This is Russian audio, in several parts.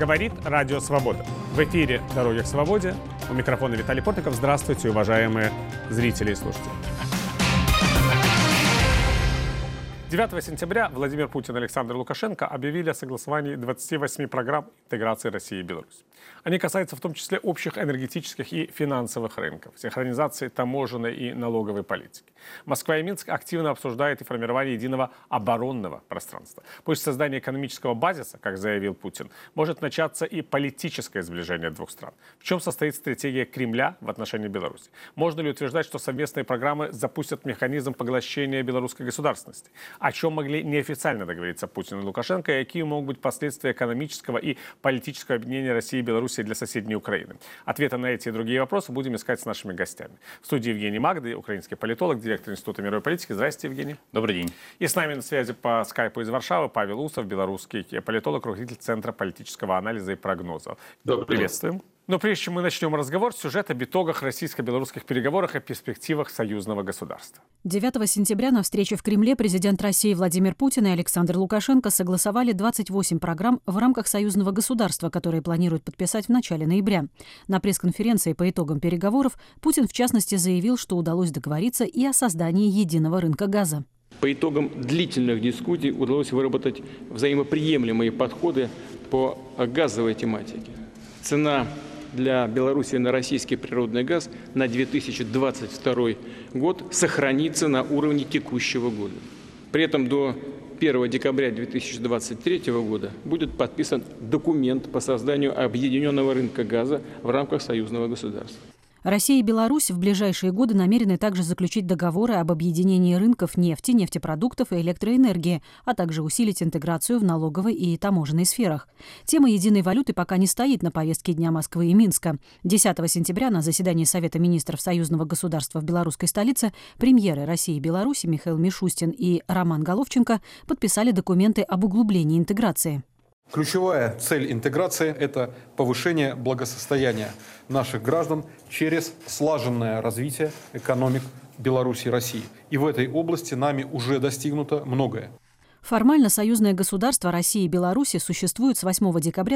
Говорит Радио Свобода. В эфире «Дороги к свободе». У микрофона Виталий Портников. Здравствуйте, уважаемые зрители и слушатели. 9 сентября Владимир Путин и Александр Лукашенко объявили о согласовании 28 программ интеграции России и Беларуси. Они касаются в том числе общих энергетических и финансовых рынков, синхронизации таможенной и налоговой политики. Москва и Минск активно обсуждают и формирование единого оборонного пространства. После создания экономического базиса, как заявил Путин, может начаться и политическое сближение двух стран. В чем состоит стратегия Кремля в отношении Беларуси? Можно ли утверждать, что совместные программы запустят механизм поглощения белорусской государственности? О чем могли неофициально договориться Путин и Лукашенко, и какие могут быть последствия экономического и политического объединения России и Беларуси для соседней Украины? Ответы на эти и другие вопросы будем искать с нашими гостями. В студии Евгений Магды, украинский политолог, директор Института мировой политики. Здравствуйте, Евгений. Добрый день. И с нами на связи по скайпу из Варшавы Павел Усов, белорусский политолог, руководитель Центра политического анализа и прогноза. Приветствуем. Но прежде чем мы начнем разговор, сюжет об итогах российско-белорусских переговоров и перспективах союзного государства. 9 сентября на встрече в Кремле президент России Владимир Путин и Александр Лукашенко согласовали 28 программ в рамках союзного государства, которые планируют подписать в начале ноября. На пресс-конференции по итогам переговоров Путин, в частности, заявил, что удалось договориться и о создании единого рынка газа. По итогам длительных дискуссий удалось выработать взаимоприемлемые подходы по газовой тематике. Цена для Беларуси на российский природный газ на 2022 год сохранится на уровне текущего года. При этом до 1 декабря 2023 года будет подписан документ по созданию объединенного рынка газа в рамках союзного государства. Россия и Беларусь в ближайшие годы намерены также заключить договоры об объединении рынков нефти, нефтепродуктов и электроэнергии, а также усилить интеграцию в налоговой и таможенной сферах. Тема единой валюты пока не стоит на повестке дня Москвы и Минска. 10 сентября на заседании Совета министров союзного государства в белорусской столице премьеры России и Беларуси Михаил Мишустин и Роман Головченко подписали документы об углублении интеграции. Ключевая цель интеграции – это повышение благосостояния наших граждан через слаженное развитие экономик Беларуси и России. И в этой области нами уже достигнуто многое. Формально союзное государство России и Беларуси существует с 8 декабря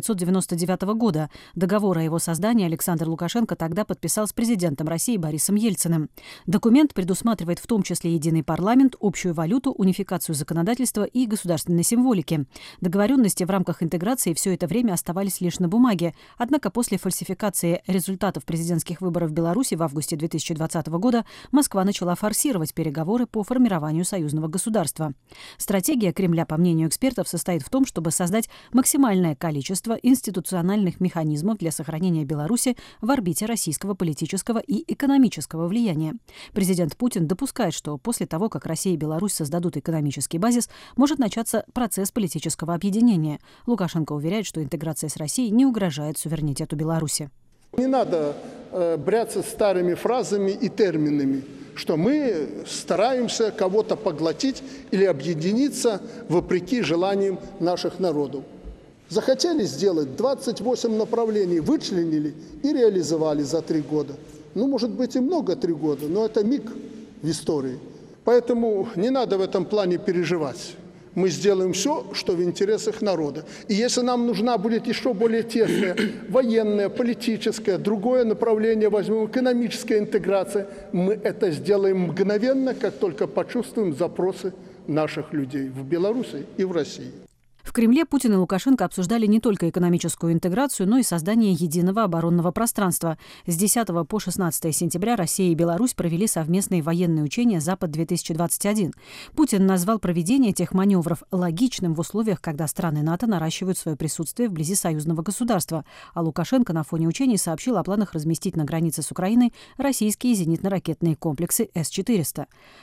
1999 года. Договор о его создании Александр Лукашенко тогда подписал с президентом России Борисом Ельциным. Документ предусматривает в том числе единый парламент, общую валюту, унификацию законодательства и государственной символики. Договоренности в рамках интеграции все это время оставались лишь на бумаге. Однако после фальсификации результатов президентских выборов в Беларуси в августе 2020 года Москва начала форсировать переговоры по формированию союзного государства. Стратегия Кремля, по мнению экспертов, состоит в том, чтобы создать максимальное количество институциональных механизмов для сохранения Беларуси в орбите российского политического и экономического влияния. Президент Путин допускает, что после того, как Россия и Беларусь создадут экономический базис, может начаться процесс политического объединения. Лукашенко уверяет, что интеграция с Россией не угрожает суверенитету Беларуси. Не надо бряться старыми фразами и терминами, что мы стараемся кого-то поглотить или объединиться вопреки желаниям наших народов. Захотели сделать 28 направлений, вычленили и реализовали за 3 года. Может быть и много 3 года, но это миг в истории. Поэтому не надо в этом плане переживать. Мы сделаем все, что в интересах народа. И если нам нужна будет еще более тесная военная, политическая, другое направление, возьмем экономическая интеграция, мы это сделаем мгновенно, как только почувствуем запросы наших людей в Беларуси и в России. В Кремле Путин и Лукашенко обсуждали не только экономическую интеграцию, но и создание единого оборонного пространства. С 10 по 16 сентября Россия и Беларусь провели совместные военные учения «Запад-2021». Путин назвал проведение этих маневров логичным в условиях, когда страны НАТО наращивают свое присутствие вблизи союзного государства. А Лукашенко на фоне учений сообщил о планах разместить на границе с Украиной российские зенитно-ракетные комплексы С-400.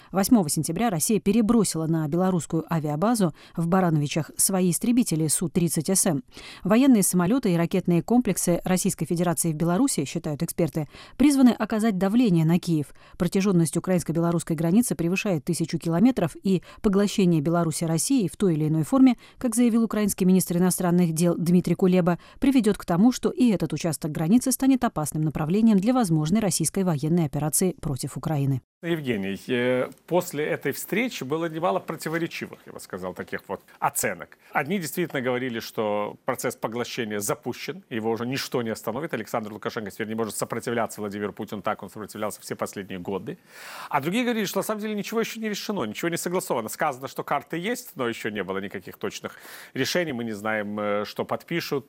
8 сентября Россия перебросила на белорусскую авиабазу в Барановичах свои истребители Су-30СМ. Военные самолеты и ракетные комплексы Российской Федерации в Беларуси, считают эксперты, призваны оказать давление на Киев. Протяженность украинско-белорусской границы превышает 1000 километров, и поглощение Беларуси Россией в той или иной форме, как заявил украинский министр иностранных дел Дмитрий Кулеба, приведет к тому, что и этот участок границы станет опасным направлением для возможной российской военной операции против Украины. Евгений, после этой встречи было немало противоречивых, я бы сказал, таких вот оценок. Одни действительно говорили, что процесс поглощения запущен, его уже ничто не остановит. Александр Лукашенко теперь не может сопротивляться Владимиру Путину так, он сопротивлялся все последние годы. А другие говорили, что на самом деле ничего еще не решено, ничего не согласовано. Сказано, что карты есть, но еще не было никаких точных решений. Мы не знаем, что подпишут,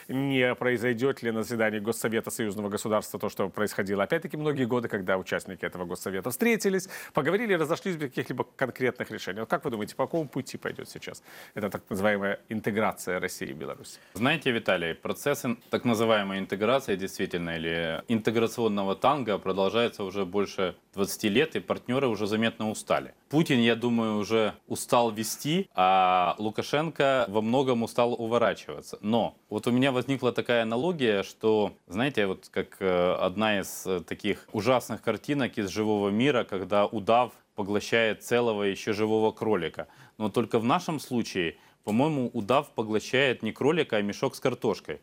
не произойдет ли на заседании Госсовета союзного государства то, что происходило. Опять-таки многие годы, когда участники этого Госсовета встретились, поговорили, разошлись без каких-либо конкретных решений. Вот как вы думаете, по какому пути пойдет сейчас эта так называемая интеграция России и Беларуси? Знаете, Виталий, процесс так называемой интеграции действительно или интеграционного танго продолжается уже больше 20 лет, и партнеры уже заметно устали. Путин, я думаю, уже устал вести, а Лукашенко во многом устал уворачиваться. Но вот у меня возникла такая аналогия, что, знаете, вот как одна из таких ужасных картинок из живого мира, когда удав поглощает целого еще живого кролика. Но только в нашем случае, по-моему, удав поглощает не кролика, а мешок с картошкой.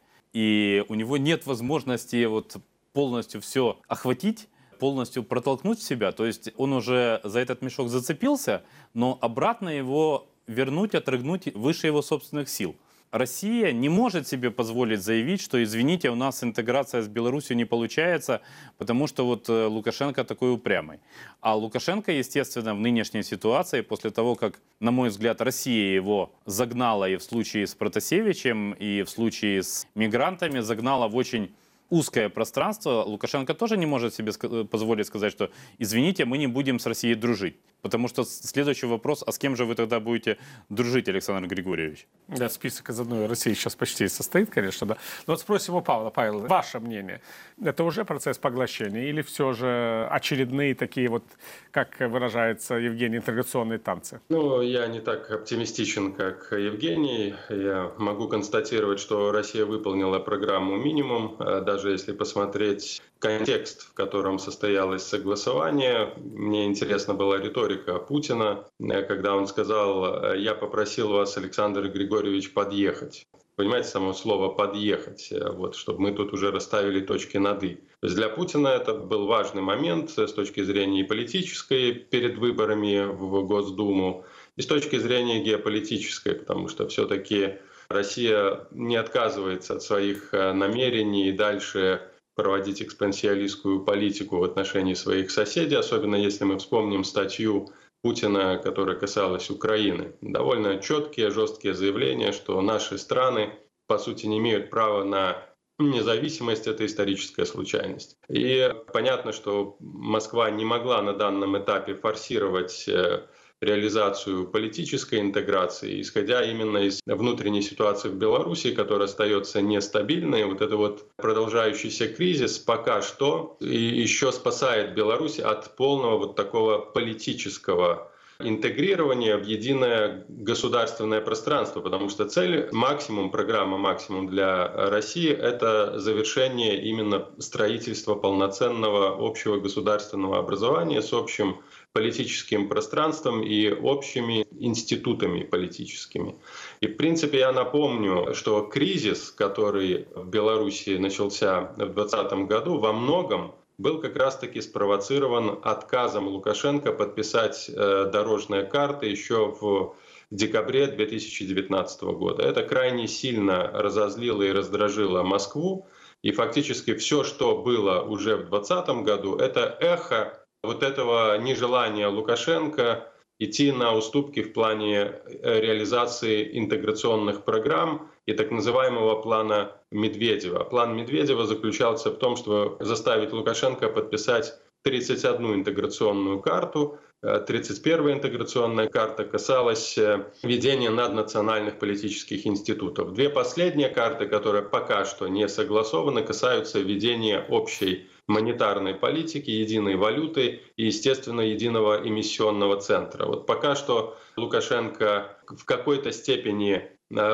И у него нет возможности вот полностью все охватить, полностью протолкнуть в себя. То есть он уже за этот мешок зацепился, но обратно его вернуть, отрыгнуть выше его собственных сил. Россия не может себе позволить заявить, что, извините, у нас интеграция с Беларусью не получается, потому что вот Лукашенко такой упрямый. А Лукашенко, естественно, в нынешней ситуации, после того, как, на мой взгляд, Россия его загнала и в случае с Протасевичем, и в случае с мигрантами, загнала в очень узкое пространство, Лукашенко тоже не может себе позволить сказать, что, извините, мы не будем с Россией дружить. Потому что следующий вопрос, а с кем же вы тогда будете дружить, Александр Григорьевич? Да, список из одной России сейчас почти состоит, конечно, да. Но вот спросим у Павла. Павел, ваше мнение, это уже процесс поглощения или все же очередные такие вот, как выражается Евгений, интеграционные танцы? Ну, я не так оптимистичен, как Евгений. Я могу констатировать, что Россия выполнила программу минимум, даже если посмотреть контекст, в котором состоялось согласование. Мне интересна была риторика Путина, когда он сказал: «Я попросил вас, Александр Григорьевич, подъехать». Понимаете, само слово «подъехать», вот, чтобы мы тут уже расставили точки над «и». То есть для Путина это был важный момент с точки зрения и политической перед выборами в Госдуму, и с точки зрения геополитической, потому что все-таки Россия не отказывается от своих намерений и дальше проводить экспансионистскую политику в отношении своих соседей, особенно если мы вспомним статью Путина, которая касалась Украины. Довольно четкие, жесткие заявления, что наши страны, по сути, не имеют права на независимость, это историческая случайность. И понятно, что Москва не могла на данном этапе форсировать реализацию политической интеграции, исходя именно из внутренней ситуации в Беларуси, которая остается нестабильной. Вот это вот продолжающийся кризис пока что и еще спасает Беларусь от полного вот такого политического интегрирования в единое государственное пространство, потому что цель максимум, программа максимум для России — это завершение именно строительства полноценного общего государственного образования с общим политическим пространством и общими институтами политическими. И в принципе я напомню, что кризис, который в Беларуси начался в 2020 году, во многом был как раз-таки спровоцирован отказом Лукашенко подписать дорожные карты еще в декабре 2019 года. Это крайне сильно разозлило и раздражило Москву. И фактически все, что было уже в 2020 году, это эхо вот этого нежелания Лукашенко идти на уступки в плане реализации интеграционных программ и так называемого плана Медведева. План Медведева заключался в том, что заставить Лукашенко подписать 31 интеграционную карту. 31-я интеграционная карта касалась ведения наднациональных политических институтов. Две последние карты, которые пока что не согласованы, касаются ведения общей монетарной политики, единой валюты и, естественно, единого эмиссионного центра. Вот пока что Лукашенко в какой-то степени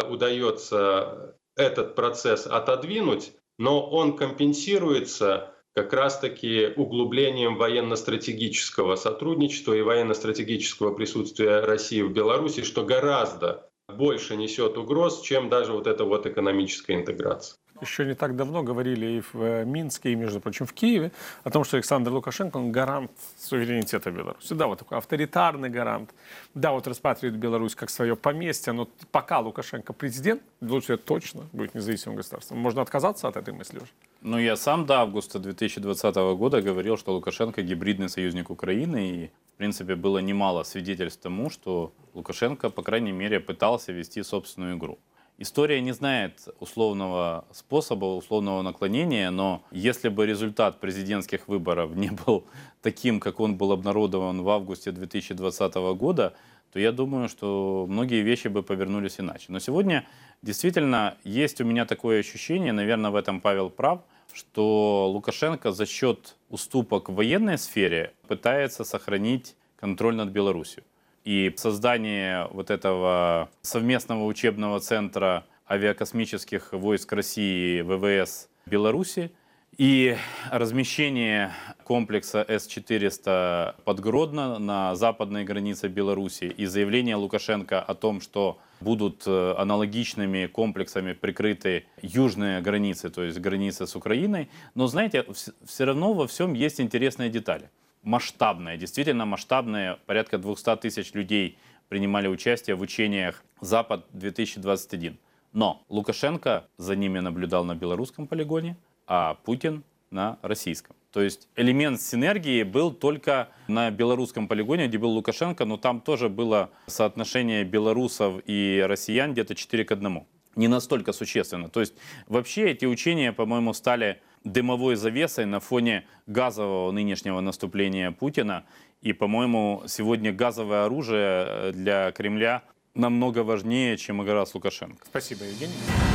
удается этот процесс отодвинуть, но он компенсируется как раз-таки углублением военно-стратегического сотрудничества и военно-стратегического присутствия России в Беларуси, что гораздо больше несет угроз, чем даже вот эта вот экономическая интеграция. Еще не так давно говорили и в Минске, и, между прочим, в Киеве о том, что Александр Лукашенко, он гарант суверенитета Беларуси. Да, вот такой авторитарный гарант. Да, вот рассматривает Беларусь как свое поместье, но пока Лукашенко президент, Беларусь точно будет независимым государством. Можно отказаться от этой мысли уже? Ну, я сам до августа 2020 года говорил, что Лукашенко гибридный союзник Украины, и, в принципе, было немало свидетельств тому, что Лукашенко, по крайней мере, пытался вести собственную игру. История не знает условного способа, условного наклонения, но если бы результат президентских выборов не был таким, как он был обнародован в августе 2020 года, то я думаю, что многие вещи бы повернулись иначе. Но сегодня действительно есть у меня такое ощущение, наверное, в этом Павел прав, что Лукашенко за счет уступок в военной сфере пытается сохранить контроль над Беларусью. И создание вот этого совместного учебного центра авиакосмических войск России ВВС Беларуси и размещение комплекса С-400 под Гродно на западной границе Беларуси и заявление Лукашенко о том, что будут аналогичными комплексами прикрыты южные границы, то есть границы с Украиной. Но, знаете, все равно во всем есть интересные детали. Масштабное, действительно масштабное, порядка 200 тысяч людей принимали участие в учениях «Запад-2021». Но Лукашенко за ними наблюдал на белорусском полигоне, а Путин на российском. То есть элемент синергии был только на белорусском полигоне, где был Лукашенко, но там тоже было соотношение белорусов и россиян где-то 4:1. Не настолько существенно. То есть вообще эти учения, по-моему, стали дымовой завесой на фоне газового нынешнего наступления Путина. И, по-моему, сегодня газовое оружие для Кремля намного важнее, чем игра с Лукашенко. Спасибо, Евгений.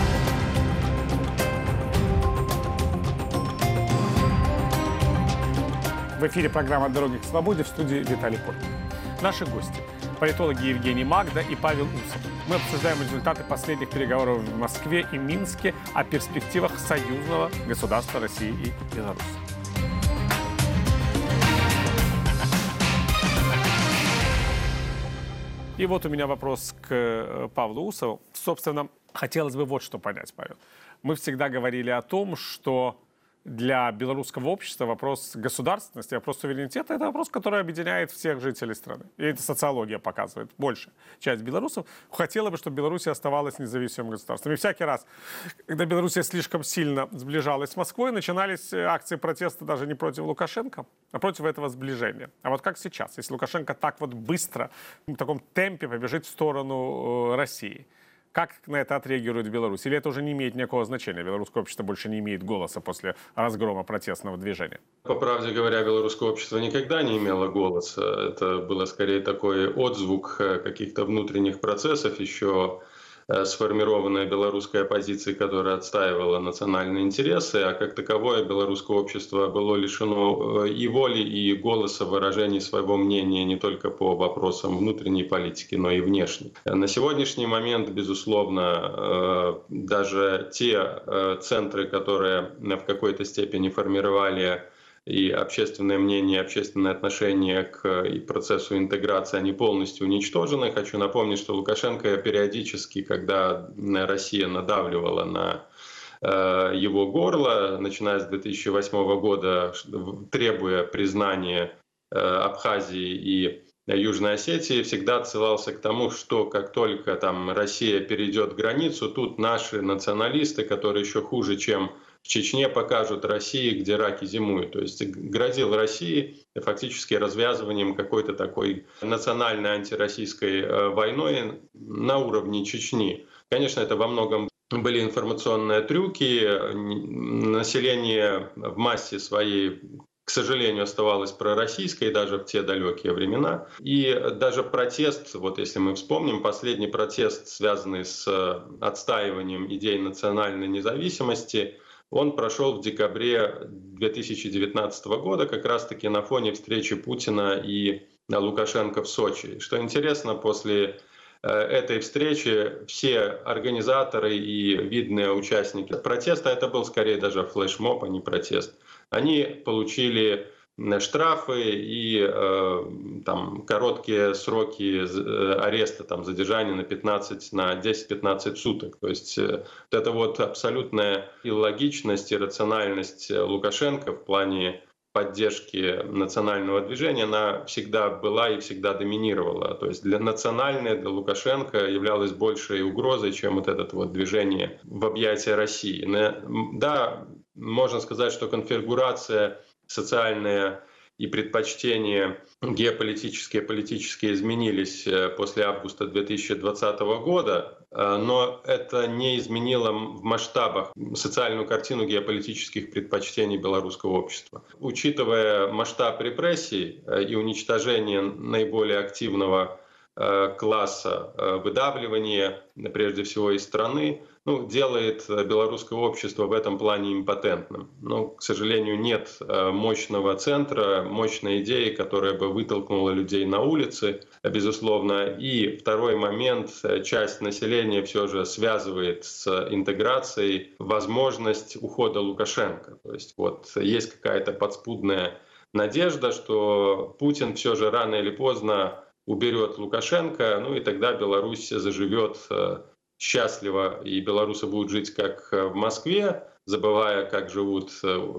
В эфире программа «Дороги к свободе», в студии Виталий Порт. Наши гости – политологи Евгений Магда и Павел Усов. Мы обсуждаем результаты последних переговоров в Москве и Минске о перспективах союзного государства России и Беларуси. И вот у меня вопрос к Павлу Усову. Собственно, хотелось бы вот что понять, Павел. Мы всегда говорили о том, что для белорусского общества вопрос государственности, вопрос суверенитета – это вопрос, который объединяет всех жителей страны. И это социология показывает. Большая часть белорусов хотела бы, чтобы Белоруссия оставалась независимым государством. И всякий раз, когда Белоруссия слишком сильно сближалась с Москвой, начинались акции протеста даже не против Лукашенко, а против этого сближения. А вот как сейчас, если Лукашенко так вот быстро, в таком темпе побежит в сторону России, как на это отреагирует Беларусь? Или это уже не имеет никакого значения? Белорусское общество больше не имеет голоса после разгрома протестного движения? По правде говоря, белорусское общество никогда не имело голоса. Это было скорее такой отзвук каких-то внутренних процессов, еще сформированная белорусской оппозицией, которая отстаивала национальные интересы, а как таковое белорусское общество было лишено и воли, и голоса выражения своего мнения не только по вопросам внутренней политики, но и внешней. На сегодняшний момент, безусловно, даже те центры, которые в какой-то степени формировали и общественное мнение, общественное отношение к процессу интеграции, они полностью уничтожены. Хочу напомнить, что Лукашенко периодически, когда Россия надавливала на его горло, начиная с 2008 года, требуя признания Абхазии и Южной Осетии, всегда отсылался к тому, что как только там Россия перейдет границу, тут наши националисты, которые еще хуже, чем в Чечне, покажут России, где раки зимуют. То есть грозил России фактически развязыванием какой-то такой национальной антироссийской войной на уровне Чечни. Конечно, это во многом были информационные трюки. Население в массе своей, к сожалению, оставалось пророссийской даже в те далекие времена. И даже протест, вот если мы вспомним, последний протест, связанный с отстаиванием идей национальной независимости, он прошел в декабре 2019 года, как раз-таки на фоне встречи Путина и Лукашенко в Сочи. Что интересно, после этой встречи все организаторы и видные участники протеста, это был скорее даже флешмоб, а не протест, они получили штрафы и там, короткие сроки ареста, там, задержания на 10-15 суток. То есть вот эта вот абсолютная иллогичность и рациональность Лукашенко в плане поддержки национального движения, она всегда была и всегда доминировала. То есть национальное для Лукашенко являлось большей угрозой, чем вот это вот движение в объятия России. Да, можно сказать, что конфигурация социальная и предпочтения геополитические, политические изменились после августа 2020 года, но это не изменило в масштабах социальную картину геополитических предпочтений белорусского общества. Учитывая масштаб репрессий и уничтожение наиболее активного класса выдавливания, прежде всего из страны, делает белорусское общество в этом плане импотентным. Но, к сожалению, нет мощного центра, мощной идеи, которая бы вытолкнула людей на улицы, безусловно. И второй момент, часть населения все же связывает с интеграцией возможность ухода Лукашенко. То есть вот есть какая-то подспудная надежда, что Путин все же рано или поздно уберет Лукашенко, и тогда Беларусь заживет счастливо, и белорусы будут жить как в Москве, забывая, как живут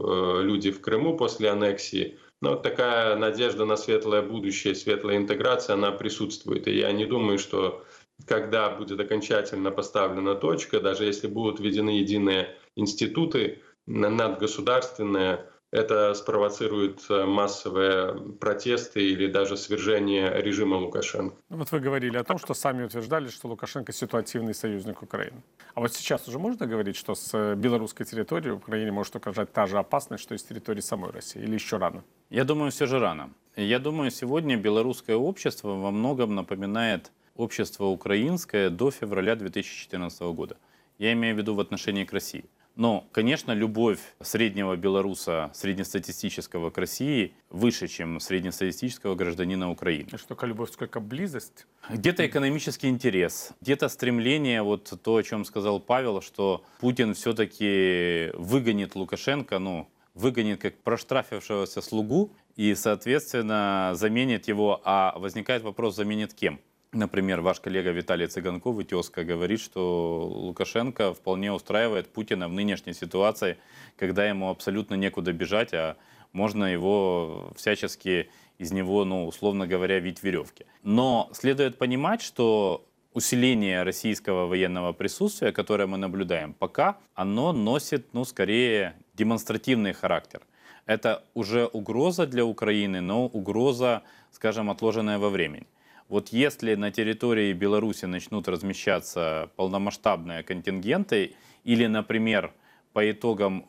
люди в Крыму после аннексии. Но такая надежда на светлое будущее, светлая интеграция, она присутствует. И я не думаю, что когда будет окончательно поставлена точка, даже если будут введены единые институты надгосударственные, это спровоцирует массовые протесты или даже свержение режима Лукашенко. Вот вы говорили о том, что сами утверждали, что Лукашенко ситуативный союзник Украины. А вот сейчас уже можно говорить, что с белорусской территории в Украине может угрожать та же опасность, что и с территории самой России? Или еще рано? Я думаю, все же рано. Я думаю, сегодня белорусское общество во многом напоминает общество украинское до февраля 2014 года. Я имею в виду в отношении к России. Но, конечно, любовь среднего белоруса, среднестатистического к России выше, чем среднестатистического гражданина Украины. Это только любовь, сколько близость? Где-то экономический интерес, где-то стремление, вот то, о чем сказал Павел, что Путин все-таки выгонит Лукашенко, выгонит как проштрафившегося слугу и, соответственно, заменит его. А возникает вопрос, заменит кем? Например, ваш коллега Виталий Цыганков, тезка, говорит, что Лукашенко вполне устраивает Путина в нынешней ситуации, когда ему абсолютно некуда бежать, а можно его всячески из него, условно говоря, вить веревки. Но следует понимать, что усиление российского военного присутствия, которое мы наблюдаем, пока оно носит, скорее, демонстративный характер. Это уже угроза для Украины, но угроза, скажем, отложенная во времени. Вот если на территории Беларуси начнут размещаться полномасштабные контингенты, или, например, по итогам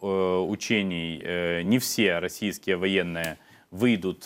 учений не все российские военные выйдут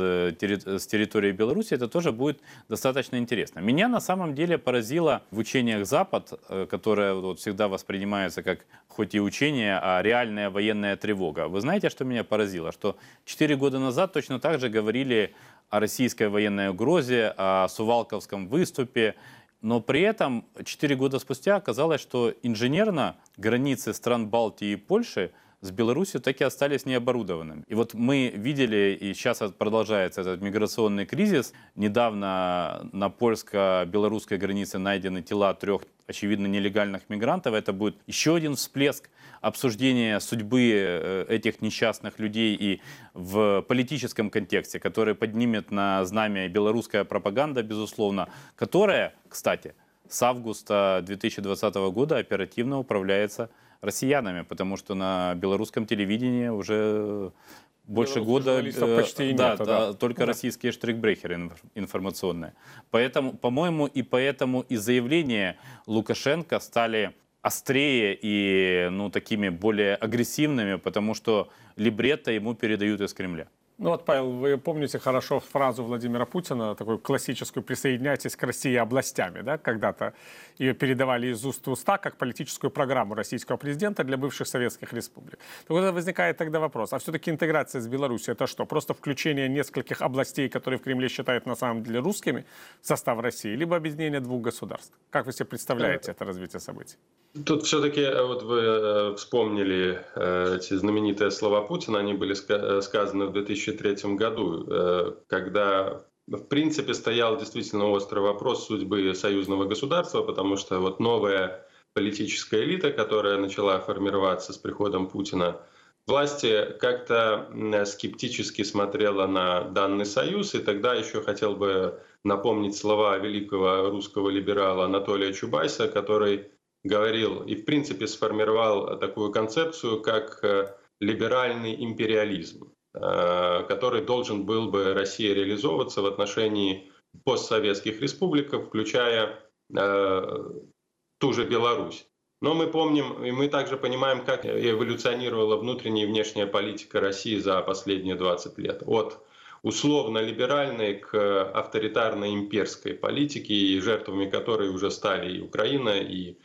с территории Беларуси, это тоже будет достаточно интересно. Меня на самом деле поразило в учениях Запад, которое всегда воспринимается как хоть и учение, а реальная военная тревога. Вы знаете, что меня поразило? Что 4 года назад точно так же говорили о российской военной угрозе, о Сувалковском выступе, но при этом 4 года спустя оказалось, что инженерно границы стран Балтии и Польши с Беларусью так и остались необорудованными. И вот мы видели, и сейчас продолжается этот миграционный кризис. Недавно на польско-белорусской границе найдены тела 3, очевидно, нелегальных мигрантов. Это будет еще один всплеск обсуждения судьбы этих несчастных людей и в политическом контексте, который поднимет на знамя белорусская пропаганда, безусловно, которая, кстати, с августа 2020 года оперативно управляется россиянами, потому что на белорусском телевидении уже больше года почти нет, только российские штрихбрехеры информационные. Поэтому, по-моему, и заявления Лукашенко стали острее и такими более агрессивными, потому что либретто ему передают из Кремля. Павел, вы помните хорошо фразу Владимира Путина, такую классическую: «Присоединяйтесь к России областями», да? Когда-то ее передавали из уст в уста как политическую программу российского президента для бывших советских республик. Так вот, возникает тогда вопрос, а все-таки интеграция с Беларусью — это что? Просто включение нескольких областей, которые в Кремле считают на самом деле русскими, в состав России, либо объединение 2 государств? Как вы себе представляете это развитие событий? Тут все-таки вот вы вспомнили эти знаменитые слова Путина, они были сказаны в 2003 году, когда в принципе стоял действительно острый вопрос судьбы союзного государства, потому что вот новая политическая элита, которая начала формироваться с приходом Путина к власти, как-то скептически смотрела на данный союз. И тогда еще хотел бы напомнить слова великого русского либерала Анатолия Чубайса, который говорил и в принципе сформировал такую концепцию, как либеральный империализм, который должен был бы Россия реализовываться в отношении постсоветских республик, включая ту же Беларусь. Но мы помним, и мы также понимаем, как эволюционировала внутренняя и внешняя политика России за последние 20 лет. От условно-либеральной к авторитарно-имперской политике, и жертвами которой уже стали и Украина, и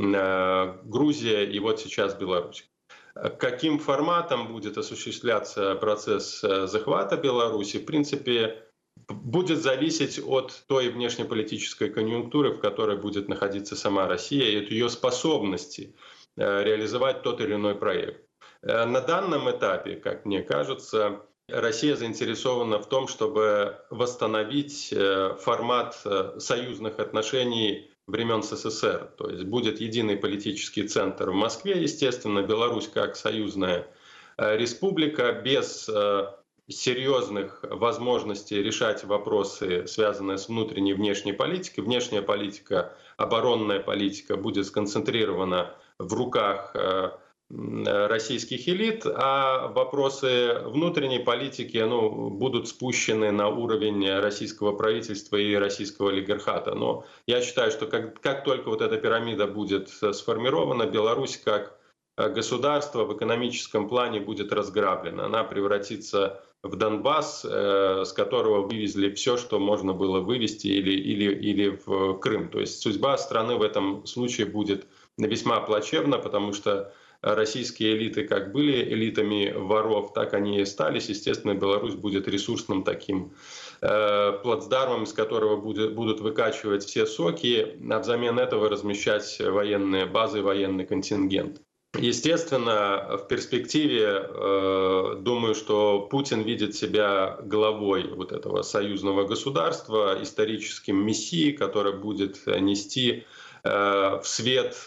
Грузия, и вот сейчас Беларусь. Каким форматом будет осуществляться процесс захвата Беларуси, в принципе, будет зависеть от той внешнеполитической конъюнктуры, в которой будет находиться сама Россия, и от ее способности реализовать тот или иной проект. На данном этапе, как мне кажется, Россия заинтересована в том, чтобы восстановить формат союзных отношений времен СССР. То есть будет единый политический центр в Москве, естественно, Беларусь как союзная республика, без серьезных возможностей решать вопросы, связанные с внутренней и внешней политикой. Внешняя политика, оборонная политика будет сконцентрирована в руках российских элит, а вопросы внутренней политики будут спущены на уровень российского правительства и российского олигархата. Но я считаю, что как только вот эта пирамида будет сформирована, Беларусь как государство в экономическом плане будет разграблена. Она превратится в Донбасс, с которого вывезли все, что можно было вывести, или в Крым. То есть судьба страны в этом случае будет весьма плачевна, потому что российские элиты как были элитами воров, так они и остались. Естественно, Беларусь будет ресурсным таким плацдармом, из которого будут выкачивать все соки, а взамен этого размещать военные базы, военный контингент. Естественно, в перспективе, думаю, что Путин видит себя главой вот этого союзного государства, историческим мессией, который будет нести в свет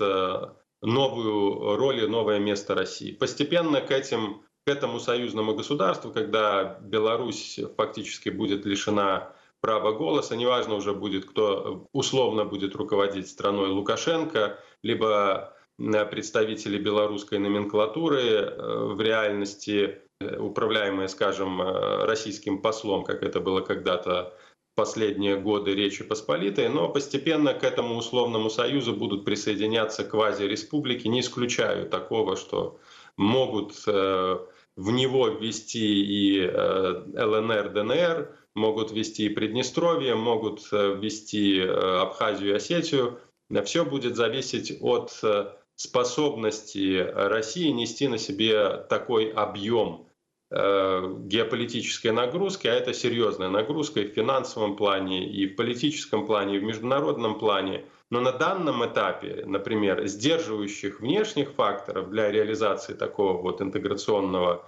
новую роль и новое место России. Постепенно к этому союзному государству, когда Беларусь фактически будет лишена права голоса, неважно уже будет, кто условно будет руководить страной, Лукашенко, либо представители белорусской номенклатуры, в реальности управляемые, скажем, российским послом, как это было когда-то в последние годы Речи Посполитой, но постепенно к этому условному союзу будут присоединяться квазиреспублики. Не исключаю такого, что могут в него ввести и ЛНР, ДНР, могут ввести и Приднестровье, могут ввести Абхазию и Осетию. Все будет зависеть от способности России нести на себе такой объем геополитической нагрузки, а это серьезная нагрузка и в финансовом плане, и в политическом плане, и в международном плане. Но на данном этапе, например, сдерживающих внешних факторов для реализации такого вот интеграционного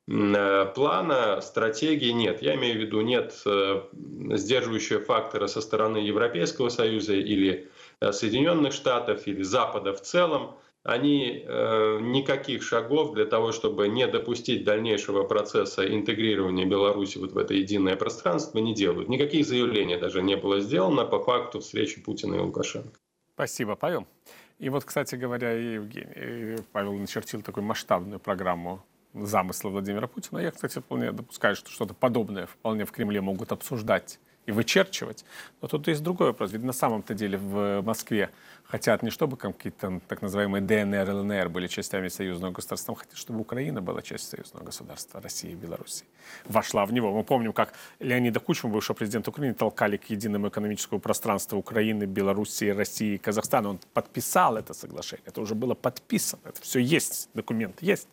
плана, стратегии нет. Я имею в виду, нет сдерживающего фактора со стороны Европейского Союза или Соединенных Штатов или Запада в целом. Они никаких шагов для того, чтобы не допустить дальнейшего процесса интегрирования Беларуси вот в это единое пространство, не делают. Никаких заявлений даже не было сделано по факту встречи Путина и Лукашенко. Спасибо, Павел. И вот, кстати говоря, и Евгений, Павел начертил такую масштабную программу замысла Владимира Путина. Я, кстати, вполне допускаю, что что-то подобное вполне в Кремле могут обсуждать и вычерчивать. Но тут есть другой вопрос. Ведь на самом-то деле в Москве хотят не чтобы какие-то так называемые ДНР, ЛНР были частями союзного государства, хотят, чтобы Украина была частью союзного государства, России и Беларуси. Вошла в него. Мы помним, как Леонида Кучму, бывшего президента Украины, толкали к единому экономическому пространству Украины, Белоруссии, России и Казахстана. Он подписал это соглашение. Это уже было подписано. Это все есть. Документ есть.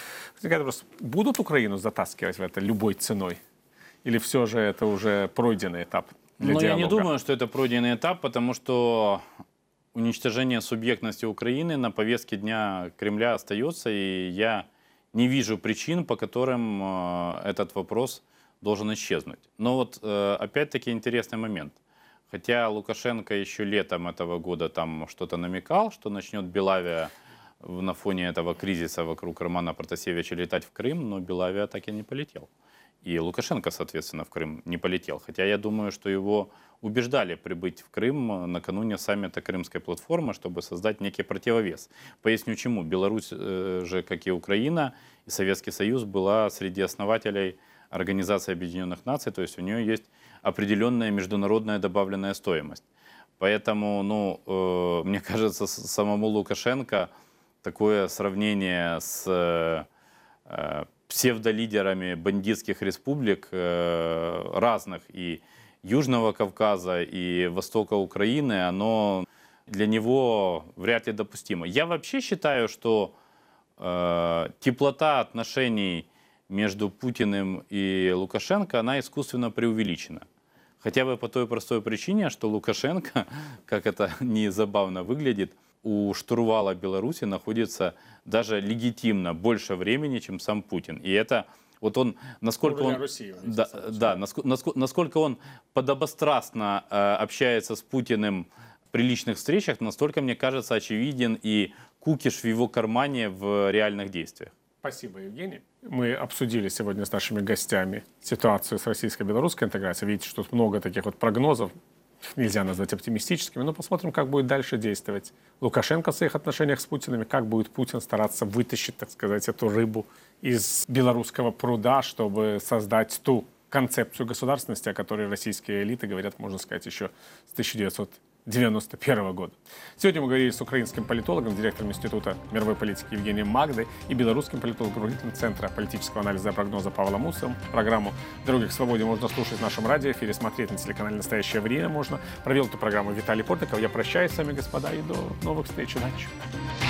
Будут Украину затаскивать в это любой ценой? Или все же это уже пройденный этап для диалога? Я не думаю, что это пройденный этап, потому что уничтожение субъектности Украины на повестке дня Кремля остается, и я не вижу причин, по которым этот вопрос должен исчезнуть. Но вот опять-таки интересный момент. Хотя Лукашенко еще летом этого года там что-то намекал, что начнет Белавия на фоне этого кризиса вокруг Романа Протасевича летать в Крым, но Белавия так и не полетел. И Лукашенко, соответственно, в Крым не полетел. Хотя я думаю, что его убеждали прибыть в Крым накануне саммита Крымской платформы, чтобы создать некий противовес. Поясню чему. Беларусь же, как и Украина, и Советский Союз была среди основателей Организации Объединенных Наций, то есть у нее есть определенная международная добавленная стоимость. Поэтому, мне кажется, самому Лукашенко такое сравнение с псевдолидерами бандитских республик разных и Южного Кавказа, и Востока Украины, оно для него вряд ли допустимо. Я вообще считаю, что теплота отношений между Путиным и Лукашенко, она искусственно преувеличена. Хотя бы по той простой причине, что Лукашенко, как это не забавно выглядит, у штурвала Беларуси находится даже легитимно больше времени, чем сам Путин. И это вот он, насколько он, России, насколько он подобострастно общается с Путиным при личных встречах, настолько, мне кажется, очевиден и кукиш в его кармане в реальных действиях. Спасибо, Евгений. Мы обсудили сегодня с нашими гостями ситуацию с российско-белорусской интеграцией. Видите, что тут много таких вот прогнозов. Нельзя назвать оптимистическими, но посмотрим, как будет дальше действовать Лукашенко в своих отношениях с Путиным, как будет Путин стараться вытащить, так сказать, эту рыбу из белорусского пруда, чтобы создать ту концепцию государственности, о которой российские элиты говорят, можно сказать, еще с 1991 года. Сегодня мы говорили с украинским политологом, директором Института мировой политики Евгением Магдой и белорусским политологом, руководителем Центра политического анализа и прогноза Павлом Усовым. Программу «Дороги к свободе» можно слушать в нашем радиоэфире, смотреть на телеканале «Настоящее время» можно. Провел эту программу Виталий Портников. Я прощаюсь с вами, господа, и до новых встреч. Удачи!